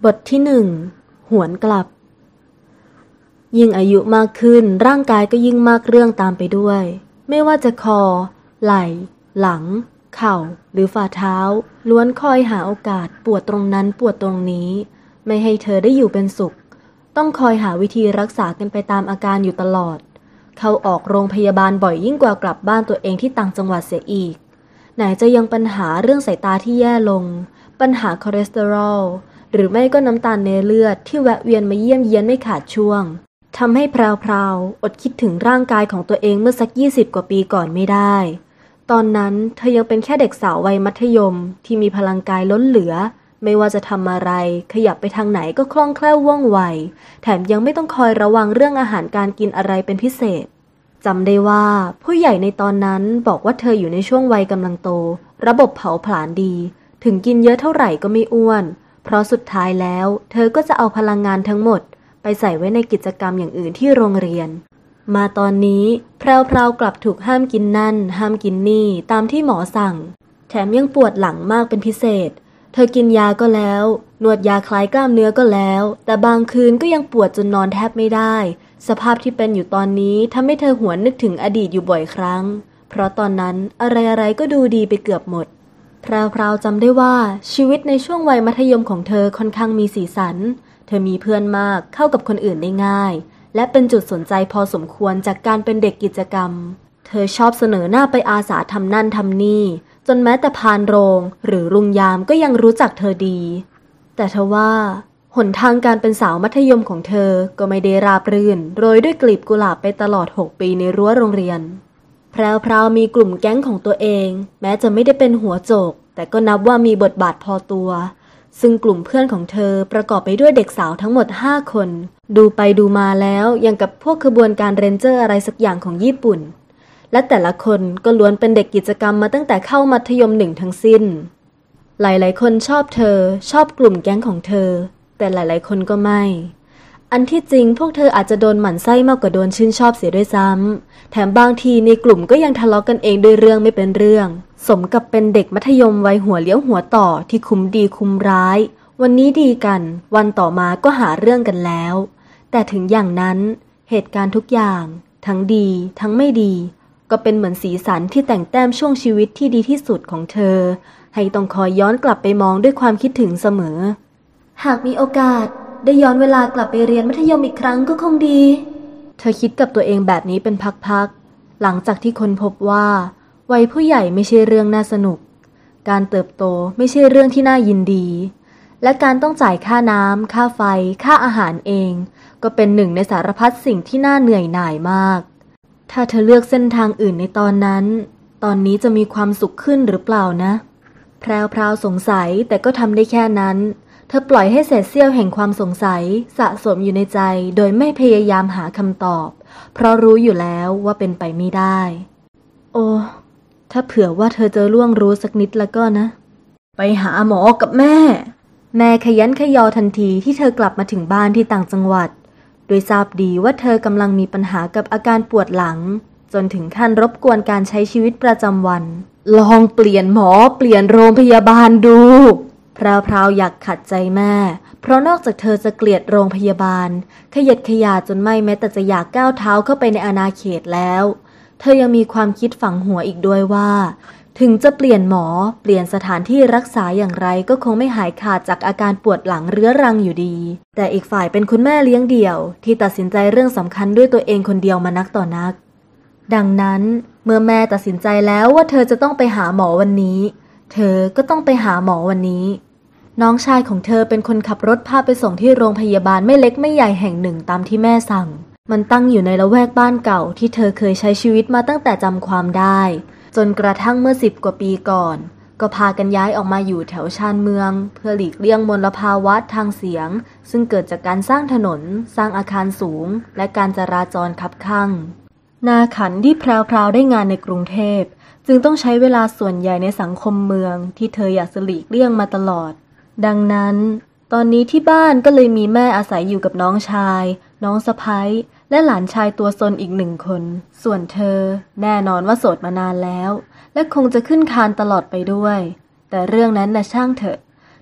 บทที่1หวนกลับยิ่งอายุมากขึ้นร่างกายก็ยิ่งมากเรื่องตามไปด้วยไม่ว่าจะคอไหล่หลังเข่าหรือฝ่าเท้าล้วนคอยหาโอกาสปวดตรงนั้นปวดตรงนี้ไม่ให้เธอได้อยู่เป็นสุขต้องคอยหาวิธีรักษากันไปตามอาการอยู่ตลอดเข้าออกโรงพยาบาลบ่อยยิ่งกว่ากลับบ้านตัวเองที่ต่างจังหวัดเสียอีกไหนจะยังปัญหาเรื่องสายตาที่แย่ลงปัญหาคอเลสเตอรอลหรือไม่ก็น้ำตาลในเลือดที่แวะเวียนมาเยี่ยมเยียนไม่ขาดช่วงทำให้พราวๆอดคิดถึงร่างกายของตัวเองเมื่อสัก20 กว่าปีก่อนไม่ได้ตอนนั้นเธอยังเป็นแค่เด็กสาววัยมัธยมที่มีพลังกายล้นเหลือไม่ว่าจะทำอะไรขยับไปทางไหนก็คล่องแคล่วว่องไวแถมยังไม่ต้องคอยระวังเรื่องอาหารการกินอะไรเป็นพิเศษจำได้ว่าผู้ใหญ่ในตอนนั้นบอกว่าเธออยู่ในช่วงวัยกำลังโตระบบเผาผลาญดีถึงกินเยอะเท่าไหร่ก็ไม่อ้วนเพราะสุดท้ายแล้วเธอก็จะเอาพลังงานทั้งหมดไปใส่ไว้ในกิจกรรมอย่างอื่นที่โรงเรียนมาตอนนี้แพรวๆกลับถูกห้ามกินนั่นห้ามกินนี่ตามที่หมอสั่งแถมยังปวดหลังมากเป็นพิเศษเธอกินยาก็แล้วนวดยาคลายกล้ามเนื้อก็แล้วแต่บางคืนก็ยังปวดจนนอนแทบไม่ได้สภาพที่เป็นอยู่ตอนนี้ทำให้เธอหวนนึกถึงอดีตอยู่บ่อยครั้งเพราะตอนนั้นอะไรๆก็ดูดีไปเกือบหมดแพรวๆจำได้ว่าชีวิตในช่วงวัยมัธยมของเธอค่อนข้างมีสีสันเธอมีเพื่อนมากเข้ากับคนอื่นได้ง่ายและเป็นจุดสนใจพอสมควรจากการเป็นเด็กกิจกรรมเธอชอบเสนอหน้าไปอาสาทำนั่นทำนี่จนแม้แต่พานโรงหรือลุงยามก็ยังรู้จักเธอดีแต่ทว่าหนทางการเป็นสาวมัธยมของเธอก็ไม่ได้ราบรื่นโรยด้วยกลีบกุหลาบไปตลอด6 ปีในรั้วโรงเรียนแพรวๆมีกลุ่มแก๊งของตัวเองแม้จะไม่ได้เป็นหัวโจกแต่ก็นับว่ามีบทบาทพอตัวซึ่งกลุ่มเพื่อนของเธอประกอบไปด้วยเด็กสาวทั้งหมด5 คนดูไปดูมาแล้วยังกับพวกขบวนการเรนเจอร์อะไรสักอย่างของญี่ปุ่นและแต่ละคนก็ล้วนเป็นเด็กกิจกรรมมาตั้งแต่เข้ามัธยม1ทั้งสิ้นหลายๆคนชอบเธอชอบกลุ่มแก๊งของเธอแต่หลายๆคนก็ไม่อันที่จริงพวกเธออาจจะโดนหมั่นไส้มากกว่าโดนชื่นชอบเสียด้วยซ้ำแถมบางทีในกลุ่มก็ยังทะเลาะกันเองด้วยเรื่องไม่เป็นเรื่องสมกับเป็นเด็กมัธยมวัยหัวเลี้ยวหัวต่อที่คุ้มดีคุ้มร้ายวันนี้ดีกันวันต่อมาก็หาเรื่องกันแล้วแต่ถึงอย่างนั้นเหตุการณ์ทุกอย่างทั้งดีทั้งไม่ดีก็เป็นเหมือนสีสันที่แต่งแต้มช่วงชีวิตที่ดีที่สุดของเธอให้ต้องคอยย้อนกลับไปมองด้วยความคิดถึงเสมอหากมีโอกาสได้ย้อนเวลากลับไปเรียนมัธยมอีกครั้งก็คงดีเธอคิดกับตัวเองแบบนี้เป็นพักๆหลังจากที่ค้นพบว่าวัยผู้ใหญ่ไม่ใช่เรื่องน่าสนุกการเติบโตไม่ใช่เรื่องที่น่ายินดีและการต้องจ่ายค่าน้ำค่าไฟค่าอาหารเองก็เป็นหนึ่งในสารพัดสิ่งที่น่าเหนื่อยหน่ายมากถ้าเธอเลือกเส้นทางอื่นในตอนนั้นตอนนี้จะมีความสุขขึ้นหรือเปล่านะแพรวๆสงสัยแต่ก็ทำได้แค่นั้นเธอปล่อยให้เศษเสี้ยวแห่งความสงสัยสะสมอยู่ในใจโดยไม่พยายามหาคำตอบเพราะรู้อยู่แล้วว่าเป็นไปไม่ได้โอ้ถ้าเผื่อว่าเธอจะล่วงรู้สักนิดแล้วก็นะไปหาหมอกับแม่ขยันขยอทันทีที่เธอกลับมาถึงบ้านที่ต่างจังหวัดโดยทราบดีว่าเธอกำลังมีปัญหากับอาการปวดหลังจนถึงขั้นรบกวนการใช้ชีวิตประจำวันลองเปลี่ยนหมอเปลี่ยนโรงพยาบาลดูแพรวๆอยากขัดใจแม่เพราะนอกจากเธอจะเกลียดโรงพยาบาลขยัดขยาจนไม่แม้แต่จะอยากก้าวเท้าเข้าไปในอาณาเขตแล้วเธอยังมีความคิดฝังหัวอีกด้วยว่าถึงจะเปลี่ยนหมอเปลี่ยนสถานที่รักษาอย่างไรก็คงไม่หายขาดจากอาการปวดหลังเรื้อรังอยู่ดีแต่อีกฝ่ายเป็นคุณแม่เลี้ยงเดี่ยวที่ตัดสินใจเรื่องสำคัญด้วยตัวเองคนเดียวมานักต่อนักดังนั้นเมื่อแม่ตัดสินใจแล้วว่าเธอจะต้องไปหาหมอวันนี้เธอก็ต้องไปหาหมอวันนี้น้องชายของเธอเป็นคนขับรถพาไปส่งที่โรงพยาบาลไม่เล็กไม่ใหญ่แห่งหนึ่งตามที่แม่สั่งมันตั้งอยู่ในละแวกบ้านเก่าที่เธอเคยใช้ชีวิตมาตั้งแต่จำความได้จนกระทั่งเมื่อ10 กว่าปีก่อนก็พากันย้ายออกมาอยู่แถวชานเมืองเพื่อหลีกเลี่ยงมลภาวะทางเสียงซึ่งเกิดจากการสร้างถนนสร้างอาคารสูงและการจราจรคับคั่งนาขันที่แพรวๆได้งานในกรุงเทพจึงต้องใช้เวลาส่วนใหญ่ในสังคมเมืองที่เธออยากหลีกเลี่ยงมาตลอดดังนั้นตอนนี้ที่บ้านก็เลยมีแม่อาศัยอยู่กับน้องชายน้องสะใภ้และหลานชายตัวซนอีก1 คนส่วนเธอแน่นอนว่าโสดมานานแล้วและคงจะขึ้นคานตลอดไปด้วยแต่เรื่องนั้นน่ะช่างเถอะ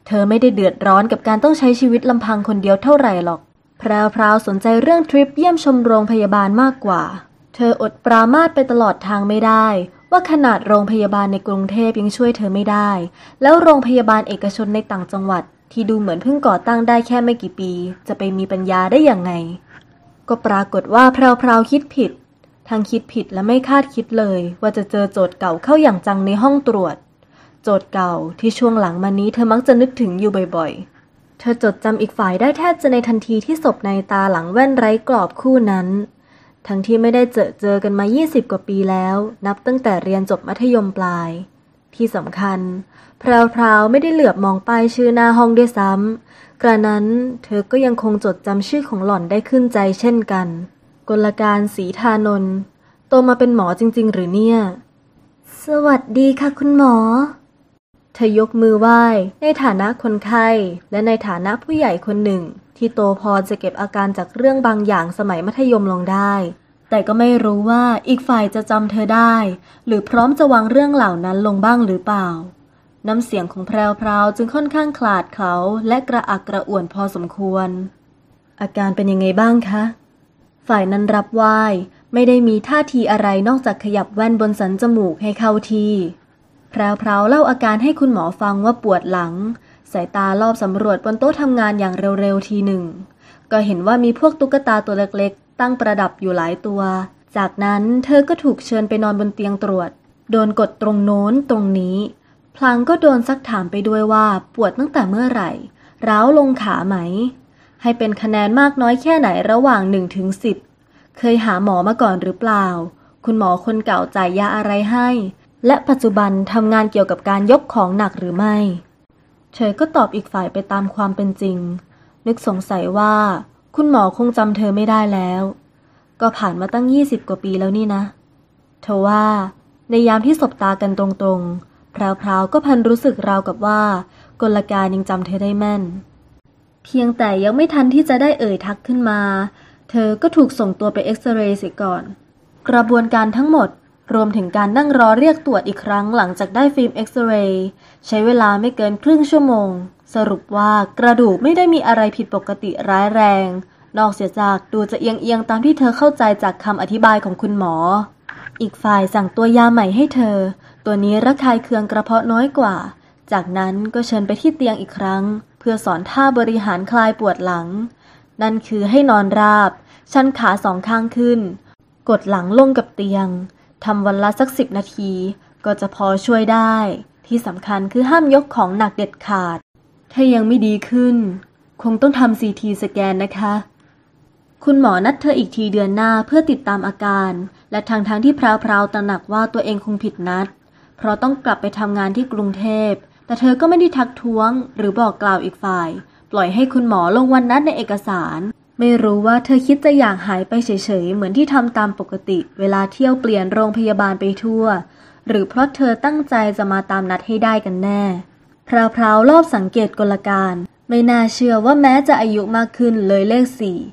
เธอไม่ได้เดือดร้อนกับการต้องใช้ชีวิตลำพังคนเดียวเท่าไหร่หรอกแพรวสนใจเรื่องทริปเยี่ยมชมโรงพยาบาลมากกว่าเธออดปรามาสไปตลอดทางไม่ได้ว่าขนาดโรงพยาบาลในกรุงเทพยังช่วยเธอไม่ได้แล้วโรงพยาบาลเอกชนในต่างจังหวัดที่ดูเหมือนเพิ่งก่อตั้งได้แค่ไม่กี่ปีจะไปมีปัญญาได้อย่างไงก็ปรากฏว่าแพรวคิดผิดทั้งคิดผิดและไม่คาดคิดเลยว่าจะเจอโจทย์เก่าเข้าอย่างจังในห้องตรวจโจทย์เก่าที่ช่วงหลังมานี้เธอมักจะนึกถึงอยู่บ่อยๆเธอจดจำอีกฝ่ายได้แทบจะในทันทีที่สบในตาหลังแว่นไร้กรอบคู่นั้นทั้งที่ไม่ได้เจอกันมา20 กว่าปีแล้วนับตั้งแต่เรียนจบมัธยมปลายที่สำคัญแพรวไม่ได้เหลือบมองป้ายชื่อหน้าห้องด้วยซ้ำกระนั้นเธอก็ยังคงจดจำชื่อของหล่อนได้ขึ้นใจเช่นกันกลการศรีธานนท์โตมาเป็นหมอจริงๆหรือเนี่ยสวัสดีค่ะคุณหมอเธอยกมือไหว้ในฐานะคนไข้และในฐานะผู้ใหญ่คนหนึ่งที่โตพอจะเก็บอาการจากเรื่องบางอย่างสมัยมัธยมลงได้แต่ก็ไม่รู้ว่าอีกฝ่ายจะจำเธอได้หรือพร้อมจะวางเรื่องเหล่านั้นลงบ้างหรือเปล่าน้ำเสียงของแพรวจึงค่อนข้างขลาดเขลาและกระอักกระอ่วนพอสมควรอาการเป็นยังไงบ้างคะฝ่ายนั้นรับไหว้ไม่ได้มีท่าทีอะไรนอกจากขยับแว่นบนสันจมูกให้เข้าที่แพรวเล่าอาการให้คุณหมอฟังว่าปวดหลังสายตาลอบสำรวจบนโต๊ะทำงานอย่างเร็วๆทีหนึ่งก็เห็นว่ามีพวกตุ๊กตาตัวเล็กๆตั้งประดับอยู่หลายตัวจากนั้นเธอก็ถูกเชิญไปนอนบนเตียงตรวจโดนกดตรงโน้นตรงนี้พลางก็โดนซักถามไปด้วยว่าปวดตั้งแต่เมื่อไหร่ร้าวลงขาไหมให้เป็นคะแนนมากน้อยแค่ไหนระหว่าง1 ถึง 10เคยหาหมอมาก่อนหรือเปล่าคุณหมอคนเก่าจ่ายยาอะไรให้และปัจจุบันทำงานเกี่ยวกับการยกของหนักหรือไม่เธอก็ตอบอีกฝ่ายไปตามความเป็นจริงนึกสงสัยว่าคุณหมอคงจำเธอไม่ได้แล้วก็ผ่านมาตั้ง20 กว่าปีแล้วนี่นะเธอว่าในยามที่สบตากันตรงๆแพรวก็พันรู้สึกราวกับว่ากลการยังจำเธอได้แม่นเพียงแต่ยังไม่ทันที่จะได้เอ่ยทักขึ้นมาเธอก็ถูกส่งตัวไปเอ็กซเรย์เสียก่อนกระบวนการทั้งหมดรวมถึงการนั่งรอเรียกตรวจอีกครั้งหลังจากได้ฟิล์มเอ็กซเรย์ใช้เวลาไม่เกินครึ่งชั่วโมงสรุปว่ากระดูกไม่ได้มีอะไรผิดปกติร้ายแรงนอกเสียจากดูจะเอียงตามที่เธอเข้าใจจากคำอธิบายของคุณหมออีกฝ่ายสั่งตัวยาใหม่ให้เธอตัวนี้ระคายเคืองกระเพาะน้อยกว่าจากนั้นก็เชิญไปที่เตียงอีกครั้งเพื่อสอนท่าบริหารคลายปวดหลังนั่นคือให้นอนราบชันขา2 ข้างขึ้นกดหลังลงกับเตียงทำวันละสัก10 นาทีก็จะพอช่วยได้ที่สำคัญคือห้ามยกของหนักเด็ดขาดถ้ายังไม่ดีขึ้นคงต้องทำ CT สแกนนะคะคุณหมอนัดเธออีกทีเดือนหน้าเพื่อติดตามอาการและทั้งที่แพรวตระหนักว่าตัวเองคงผิดนัดเพราะต้องกลับไปทำงานที่กรุงเทพแต่เธอก็ไม่ได้ทักท้วงหรือบอกกล่าวอีกฝ่ายปล่อยให้คุณหมอลงวันนัดในเอกสารไม่รู้ว่าเธอคิดจะอยากหายไปเฉยๆเหมือนที่ทำตามปกติเวลาเที่ยวเปลี่ยนโรงพยาบาลไปทั่วหรือเพราะเธอตั้งใจจะมาตามนัดให้ได้กันแน่แพรวรอบสังเกตกลการไม่น่าเชื่อว่าแม้จะอายุมากขึ้นเลยเลข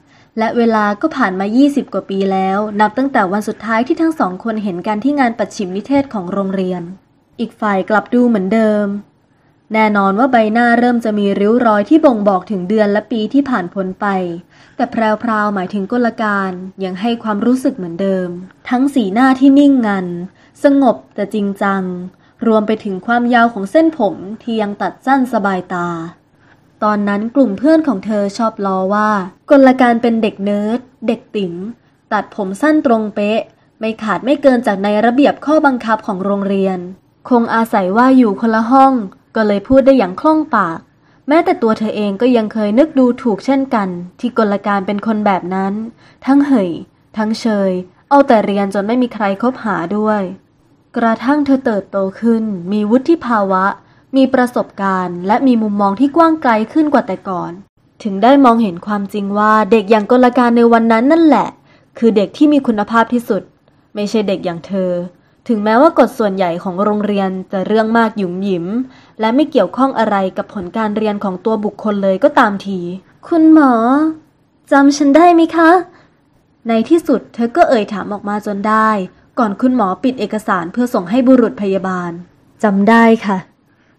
4และเวลาก็ผ่านมา20 กว่าปีแล้วนับตั้งแต่วันสุดท้ายที่ทั้ง2 คนเห็นกันที่งานปัจฉิมนิเทศของโรงเรียนอีกฝ่ายกลับดูเหมือนเดิมแน่นอนว่าใบหน้าเริ่มจะมีริ้วรอยที่บ่งบอกถึงเดือนและปีที่ผ่านพ้นไปแต่แพรวหมายถึงกลการยังให้ความรู้สึกเหมือนเดิมทั้งสีหน้าที่นิ่งงันสงบแต่จริงจังรวมไปถึงความยาวของเส้นผมที่ยังตัดสั้นสบายตาตอนนั้นกลุ่มเพื่อนของเธอชอบล้อว่ากลการเป็นเด็กเนิร์ดเด็กติ๋มตัดผมสั้นตรงเป๊ะไม่ขาดไม่เกินจากในระเบียบข้อบังคับของโรงเรียนคงอาศัยว่าอยู่คนละห้องก็เลยพูดได้อย่างคล่องปากแม้แต่ตัวเธอเองก็ยังเคยนึกดูถูกเช่นกันที่กลการเป็นคนแบบนั้นทั้งเหยทั้งเชยเอาแต่เรียนจนไม่มีใครคบหาด้วยกระทั่งเธอเติบโตขึ้นมีวุฒิภาวะมีประสบการณ์และมีมุมมองที่กว้างไกลขึ้นกว่าแต่ก่อนถึงได้มองเห็นความจริงว่าเด็กอย่างกลการในวันนั้นนั่นแหละคือเด็กที่มีคุณภาพที่สุดไม่ใช่เด็กอย่างเธอถึงแม้ว่ากฎส่วนใหญ่ของโรงเรียนจะเรื่องมากหยุมหยิมและไม่เกี่ยวข้องอะไรกับผลการเรียนของตัวบุคคลเลยก็ตามทีคุณหมอจำฉันได้ไหมคะในที่สุดเธอก็เอ่ยถามออกมาจนได้ก่อนคุณหมอปิดเอกสารเพื่อส่งให้บุรุษพยาบาลจำได้ค่ะ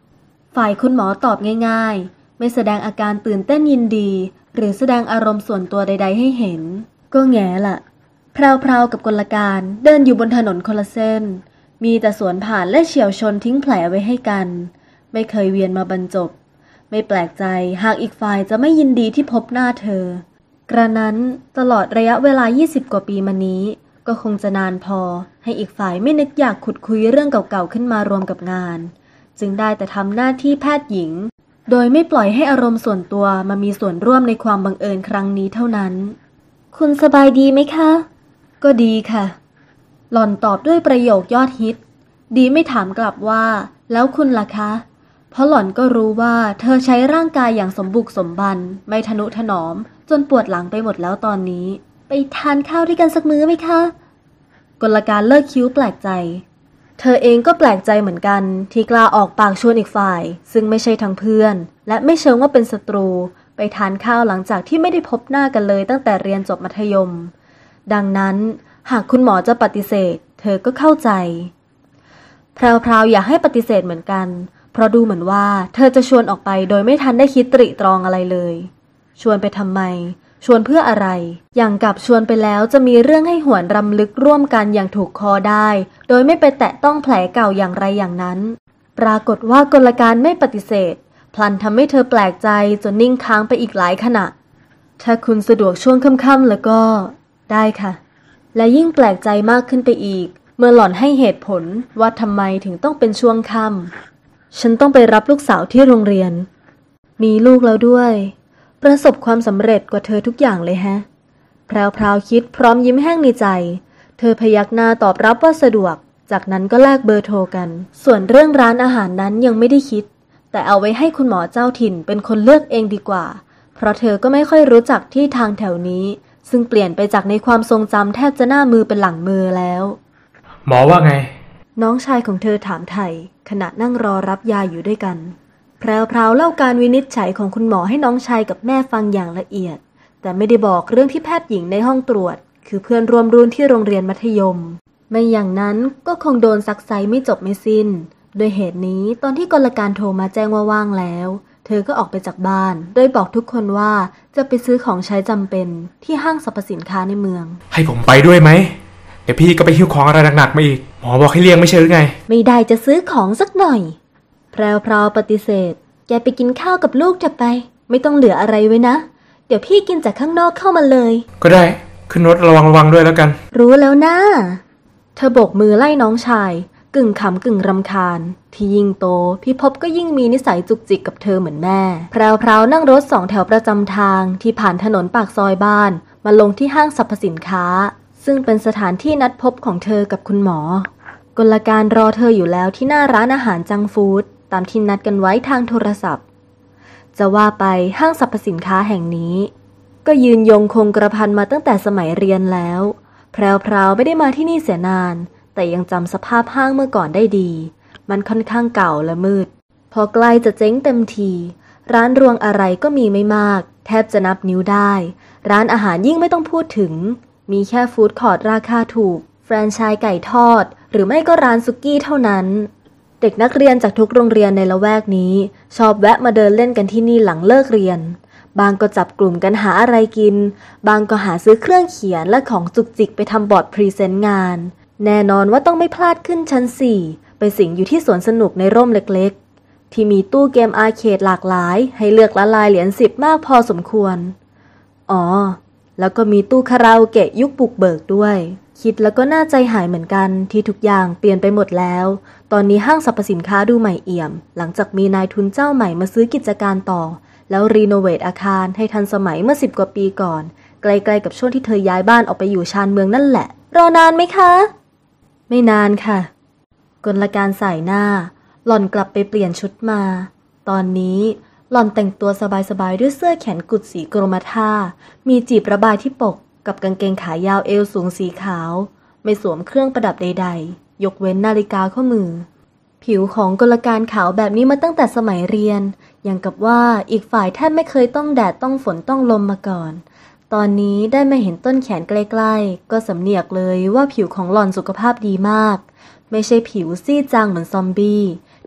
ฝ่ายคุณหมอตอบง่ายๆไม่แสดงอาการตื่นเต้นยินดีหรือแสดงอารมณ์ส่วนตัวใดๆให้เห็นก็แง่ล่ะพราวๆกับกลการเดินอยู่บนถนนคนละเส้นมีแต่สวนผ่านและเฉี่ยวชนทิ้งแผลไว้ให้กันไม่เคยเวียนมาบรรจบไม่แปลกใจหากอีกฝ่ายจะไม่ยินดีที่พบหน้าเธอกระนั้นตลอดระยะเวลา20 กว่าปีมานี้ก็คงจะนานพอให้อีกฝ่ายไม่นึกอยากขุดคุยเรื่องเก่าๆขึ้นมารวมกับงานจึงได้แต่ทำหน้าที่แพทย์หญิงโดยไม่ปล่อยให้อารมณ์ส่วนตัวมามีส่วนร่วมในความบังเอิญครั้งนี้เท่านั้นคุณสบายดีไหมคะก็ดีค่ะหล่อนตอบด้วยประโยคยอดฮิตดีไม่ถามกลับว่าแล้วคุณล่ะคะเพราะหล่อนก็รู้ว่าเธอใช้ร่างกายอย่างสมบุกสมบันไม่ทนุถนอมจนปวดหลังไปหมดแล้วตอนนี้ไปทานข้าวด้วยกันสักมื้อไหมคะกลการเลิกคิ้วแปลกใจเธอเองก็แปลกใจเหมือนกันที่กล้าออกปากชวนอีกฝ่ายซึ่งไม่ใช่ทั้งเพื่อนและไม่เชิงว่าเป็นศัตรูไปทานข้าวหลังจากที่ไม่ได้พบหน้ากันเลยตั้งแต่เรียนจบมัธยมดังนั้นหากคุณหมอจะปฏิเสธเธอก็เข้าใจแพรวๆอยากให้ปฏิเสธเหมือนกันเพราะดูเหมือนว่าเธอจะชวนออกไปโดยไม่ทันได้คิดตริตรองอะไรเลยชวนไปทำไมชวนเพื่ออะไรอย่างกับชวนไปแล้วจะมีเรื่องให้หวนรำลึกร่วมกันอย่างถูกคอได้โดยไม่ไปแตะต้องแผลเก่าอย่างไรอย่างนั้นปรากฏว่ากลการไม่ปฏิเสธพลันทำให้เธอแปลกใจจนนิ่งค้างไปอีกหลายขณะถ้าคุณสะดวกช่วงค่ำๆแล้วก็ได้ค่ะและยิ่งแปลกใจมากขึ้นไปอีกเมื่อหล่อนให้เหตุผลว่าทำไมถึงต้องเป็นช่วงค่ำฉันต้องไปรับลูกสาวที่โรงเรียนมีลูกแล้วด้วยประสบความสำเร็จกว่าเธอทุกอย่างเลยแฮะแพรวๆคิดพร้อมยิ้มแห้งในใจเธอพยักหน้าตอบรับว่าสะดวกจากนั้นก็แลกเบอร์โทรกันส่วนเรื่องร้านอาหารนั้นยังไม่ได้คิดแต่เอาไว้ให้คุณหมอเจ้าถิ่นเป็นคนเลือกเองดีกว่าเพราะเธอก็ไม่ค่อยรู้จักที่ทางแถวนี้ซึ่งเปลี่ยนไปจากในความทรงจำแทบจะหน้ามือเป็นหลังมือแล้วหมอว่าไงน้องชายของเธอถามไถ่ขณะนั่งรอรับยาอยู่ด้วยกันแพรวๆเล่าการวินิจฉัยของคุณหมอให้น้องชายกับแม่ฟังอย่างละเอียดแต่ไม่ได้บอกเรื่องที่แพทย์หญิงในห้องตรวจคือเพื่อนร่วมรุ่นที่โรงเรียนมัธยมไม่อย่างนั้นก็คงโดนซักไซไม่จบไม่สิ้นโดยเหตุนี้ตอนที่กลการโทรมาแจ้งว่าว่างแล้วเธอก็ออกไปจากบ้านโดยบอกทุกคนว่าจะไปซื้อของใช้จำเป็นที่ห้างสรรพสินค้าในเมืองให้ผมไปด้วยไหมเดี๋ยวพี่ก็ไปหิ้วของอะไรหนักๆมาอีกหมอบอกให้เลี่ยงไม่ใช่หรือไงไม่ได้จะซื้อของสักหน่อยแพรวๆปฏิเสธแกไปกินข้าวกับลูกเถอะไปไม่ต้องเหลืออะไรไว้นะเดี๋ยวพี่กินจากข้างนอกเข้ามาเลยก็ได้ขึ้นรถระวังด้วยแล้วกันรู้แล้วนะเธอโบกมือไล่น้องชายกึ่งขำกึ่งรำคาญที่ยิ่งโตพี่พบก็ยิ่งมีนิสัยจุกจิกกับเธอเหมือนแม่แพรวๆนั่งรถ2 แถวประจำทางที่ผ่านถนนปากซอยบ้านมาลงที่ห้างสรรพสินค้าซึ่งเป็นสถานที่นัดพบของเธอกับคุณหมอกลการรอเธออยู่แล้วที่หน้าร้านอาหารจังฟู้ดตามที่นัดกันไว้ทางโทรศัพท์จะว่าไปห้างสรรพสินค้าแห่งนี้ก็ยืนยงคงกระพันมาตั้งแต่สมัยเรียนแล้วแพรวๆไม่ได้มาที่นี่เสียนานแต่ยังจำสภาพห้างเมื่อก่อนได้ดีมันค่อนข้างเก่าและมืดพอใกล้จะเจ๊งเต็มทีร้านรวงอะไรก็มีไม่มากแทบจะนับนิ้วได้ร้านอาหารยิ่งไม่ต้องพูดถึงมีแค่ฟู้ดคอร์ทราคาถูกแฟรนไชส์ไก่ทอดหรือไม่ก็ร้านสุกี้เท่านั้นเด็กนักเรียนจากทุกโรงเรียนในละแวกนี้ชอบแวะมาเดินเล่นกันที่นี่หลังเลิกเรียนบางก็จับกลุ่มกันหาอะไรกินบางก็หาซื้อเครื่องเขียนและของจุกจิกไปทำบอร์ดพรีเซนต์งานแน่นอนว่าต้องไม่พลาดขึ้นชั้น4ไปสิงอยู่ที่สวนสนุกในร่มเล็กๆที่มีตู้เกมอาร์เคดหลากหลายให้เลือกละลายเหรียญ10มากพอสมควรอ๋อแล้วก็มีตู้คาราโอเกะยุคบุกเบิกด้วยคิดแล้วก็น่าใจหายเหมือนกันที่ทุกอย่างเปลี่ยนไปหมดแล้วตอนนี้ห้างสรรพสินค้าดูใหม่เอี่ยมหลังจากมีนายทุนเจ้าใหม่มาซื้อกิจการต่อแล้วรีโนเวทอาคารให้ทันสมัยเมื่อ10 กว่าปีก่อนใกล้ๆกับช่วงที่เธอย้ายบ้านออกไปอยู่ชานเมืองนั่นแหละรอนานไหมคะไม่นานค่ะกลการสายหน้าหล่อนกลับไปเปลี่ยนชุดมาตอนนี้หล่อนแต่งตัวสบายๆด้วยเสื้อแขนกุดสีกรมท่ามีจีบระบายที่ปกกับกางเกงขายาวเอวสูงสีขาวไม่สวมเครื่องประดับใดๆยกเว้นนาฬิกาข้อมือผิวของกลการขาวแบบนี้มาตั้งแต่สมัยเรียนอย่างกับว่าอีกฝ่ายแทบไม่เคยต้องแดดต้องฝนต้องลมมาก่อนตอนนี้ได้มาเห็นต้นแขนใกล้ๆก็สำเนียกเลยว่าผิวของหล่อนสุขภาพดีมากไม่ใช่ผิวซีดจางเหมือนซอมบี้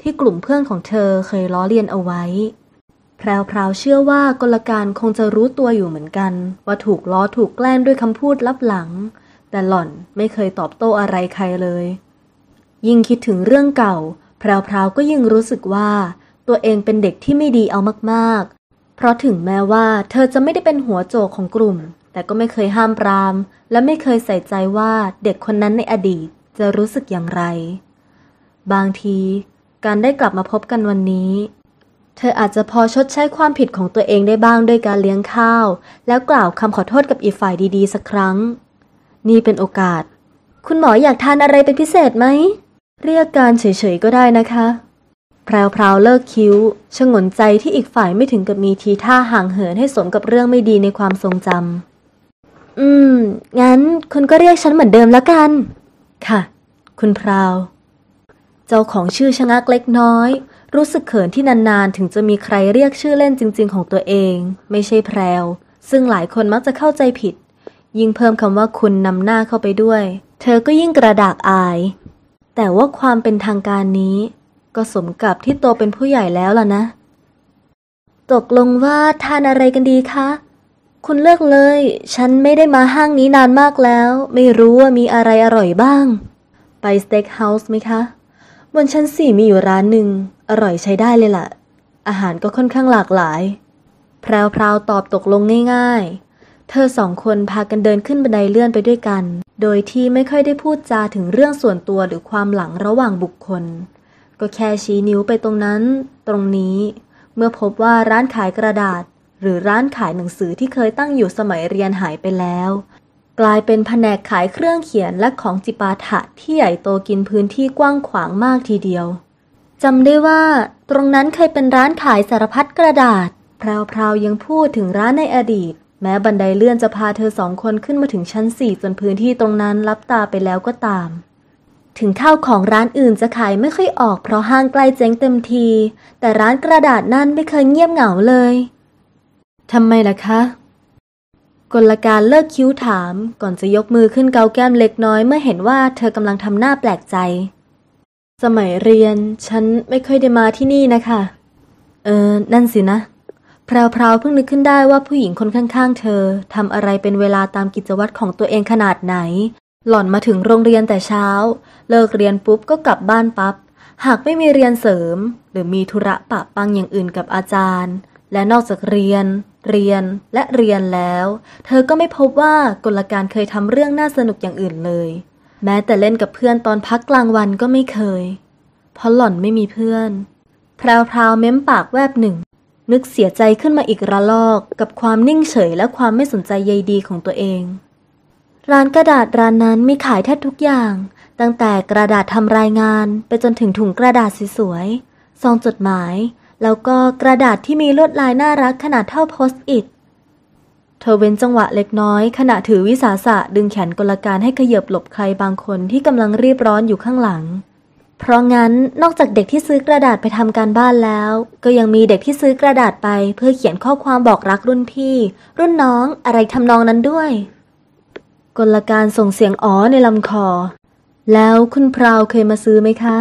ที่กลุ่มเพื่อนของเธอเคยล้อเลียนเอาไว้แพรวๆเชื่อว่ากลการคงจะรู้ตัวอยู่เหมือนกันว่าถูกล้อถูกแกล้งด้วยคำพูดลับหลังแต่หล่อนไม่เคยตอบโต้อะไรใครเลยยิ่งคิดถึงเรื่องเก่าแพรวๆก็ยิ่งรู้สึกว่าตัวเองเป็นเด็กที่ไม่ดีเอามากๆเพราะถึงแม้ว่าเธอจะไม่ได้เป็นหัวโจกของกลุ่มแต่ก็ไม่เคยห้ามปรามและไม่เคยใส่ใจว่าเด็กคนนั้นในอดีตจะรู้สึกอย่างไรบางทีการได้กลับมาพบกันวันนี้เธออาจจะพอชดใช้ความผิดของตัวเองได้บ้างด้วยการเลี้ยงข้าวแล้วกล่าวคำขอโทษกับอีกฝ่ายดีๆสักครั้งนี่เป็นโอกาสคุณหมออยากทานอะไรเป็นพิเศษไหมเรียกการเฉยๆก็ได้นะคะแพรวๆเลิกคิ้วชงนใจที่อีกฝ่ายไม่ถึงกับมีทีท่าห่างเหินให้สมกับเรื่องไม่ดีในความทรงจำงั้นคุณก็เรียกฉันเหมือนเดิมแล้วกันค่ะคุณพราวเจ้าของชื่อชะงักเล็กน้อยรู้สึกเขินที่นานๆถึงจะมีใครเรียกชื่อเล่นจริงๆของตัวเองไม่ใช่แพรวซึ่งหลายคนมักจะเข้าใจผิดยิ่งเพิ่มคำว่าคุณนำหน้าเข้าไปด้วยเธอก็ยิ่งกระดากอายแต่ว่าความเป็นทางการนี้ก็สมกับที่โตเป็นผู้ใหญ่แล้วล่ะนะตกลงว่าทานอะไรกันดีคะคุณเลือกเลยฉันไม่ได้มาห้างนี้นานมากแล้วไม่รู้ว่ามีอะไรอร่อยบ้างไปสเต็กเฮาส์ไหมคะบนชั้น 4มีอยู่ร้านหนึ่งอร่อยใช้ได้เลยล่ะอาหารก็ค่อนข้างหลากหลายแพรวๆตอบตกลงง่ายๆเธอสองคนพากันเดินขึ้นบันไดเลื่อนไปด้วยกันโดยที่ไม่ค่อยได้พูดจาถึงเรื่องส่วนตัวหรือความหลังระหว่างบุคคลก็แค่ชี้นิ้วไปตรงนั้นตรงนี้เมื่อพบว่าร้านขายกระดาษหรือร้านขายหนังสือที่เคยตั้งอยู่สมัยเรียนหายไปแล้วกลายเป็นแผนกขายเครื่องเขียนและของจิปาถะที่ใหญ่โตกินพื้นที่กว้างขวางมากทีเดียวจำได้ว่าตรงนั้นเคยเป็นร้านขายสารพัดกระดาษแพรวๆยังพูดถึงร้านในอดีตแม้บันไดเลื่อนจะพาเธอสองคนขึ้นมาถึงชั้น 4จนพื้นที่ตรงนั้นลับตาไปแล้วก็ตามถึงข้าวของร้านอื่นจะขายไม่ค่อยออกเพราะห้างใกล้เจ๊งเต็มทีแต่ร้านกระดาษนั่นไม่เคยเงียบเหงาเลยทำไมล่ะคะกลการเลิกคิ้วถามก่อนจะยกมือขึ้นเกาแก้มเล็กน้อยเมื่อเห็นว่าเธอกำลังทำหน้าแปลกใจสมัยเรียนฉันไม่ค่อยได้มาที่นี่นะคะนั่นสินะแพรวๆเพิ่งนึกขึ้นได้ว่าผู้หญิงคนข้างๆเธอทำอะไรเป็นเวลาตามกิจวัตรของตัวเองขนาดไหนหล่อนมาถึงโรงเรียนแต่เช้าเลิกเรียนปุ๊บก็กลับบ้านปั๊บหากไม่มีเรียนเสริมหรือมีธุระปะปังอย่างอื่นกับอาจารย์และนอกจากเรียนแล้วเธอก็ไม่พบว่ากลการเคยทำเรื่องน่าสนุกอย่างอื่นเลยแม้แต่เล่นกับเพื่อนตอนพักกลางวันก็ไม่เคยเพราะหล่อนไม่มีเพื่อนแพรวๆเม้มปากแวบหนึ่งนึกเสียใจขึ้นมาอีกระลอกกับความนิ่งเฉยและความไม่สนใจใยดีของตัวเองร้านกระดาษร้านนั้นมีขายแทบทุกอย่างตั้งแต่กระดาษทำรายงานไปจนถึงถุงกระดาษสวยๆซองจดหมายแล้วก็กระดาษที่มีลวดลายน่ารักขนาดเท่าโพสต์อิทเธอเว้นจังหวะเล็กน้อยขณะถือวิสาสะดึงแขนกลการให้ขยับหลบใครบางคนที่กำลังรีบร้อนอยู่ข้างหลังเพราะงั้นนอกจากเด็กที่ซื้อกระดาษไปทำการบ้านแล้วก็ยังมีเด็กที่ซื้อกระดาษไปเพื่อเขียนข้อความบอกรักรุ่นพี่รุ่นน้องอะไรทำนองนั้นด้วยกลการส่งเสียงอ๋อในลำคอแล้วคุณพราวเคยมาซื้อไหมคะ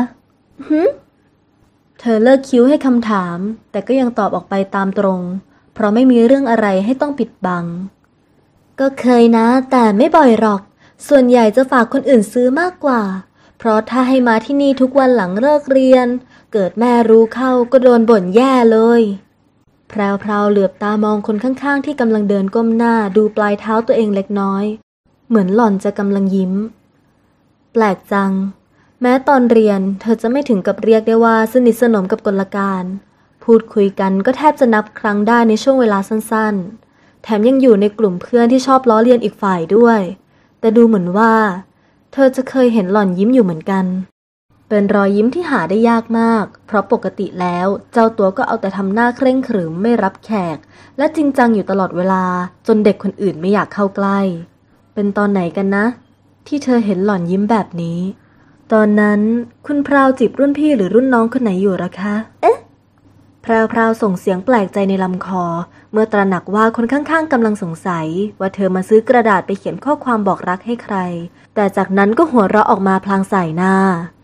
เธอเลิกคิ้วให้คำถามแต่ก็ยังตอบออกไปตามตรงเพราะไม่มีเรื่องอะไรให้ต้องปิดบังก็เคยนะแต่ไม่บ่อยหรอกส่วนใหญ่จะฝากคนอื่นซื้อมากกว่าเพราะถ้าให้มาที่นี่ทุกวันหลังเลิกเรียนเกิดแม่รู้เข้าก็โดนบ่นแย่เลยแพรวๆเหลือบตามองคนข้างๆที่กำลังเดินก้มหน้าดูปลายเท้าตัวเองเล็กน้อยเหมือนหล่อนจะกำลังยิ้มแปลกจังแม้ตอนเรียนเธอจะไม่ถึงกับเรียกได้ว่าสนิทสนมกับกลการพูดคุยกันก็แทบจะนับครั้งได้ในช่วงเวลาสั้นๆแถมยังอยู่ในกลุ่มเพื่อนที่ชอบล้อเลียนอีกฝ่ายด้วยแต่ดูเหมือนว่าเธอจะเคยเห็นหล่อนยิ้มอยู่เหมือนกันเป็นรอยยิ้มที่หาได้ยากมากเพราะปกติแล้วเจ้าตัวก็เอาแต่ทำหน้าเคร่งขรึมไม่รับแขกและจริงจังอยู่ตลอดเวลาจนเด็กคนอื่นไม่อยากเข้าใกล้เป็นตอนไหนกันนะที่เธอเห็นหล่อนยิ้มแบบนี้ตอนนั้นคุณพราวจีบรุ่นพี่หรือรุ่นน้องคนไหนอยู่หรอคะแพรวส่งเสียงแปลกใจในลำคอเมื่อตระหนักว่าคนข้างๆกำลังสงสัยว่าเธอมาซื้อกระดาษไปเขียนข้อความบอกรักให้ใครแต่จากนั้นก็หัวเราะออกมาพลางใส่หน้า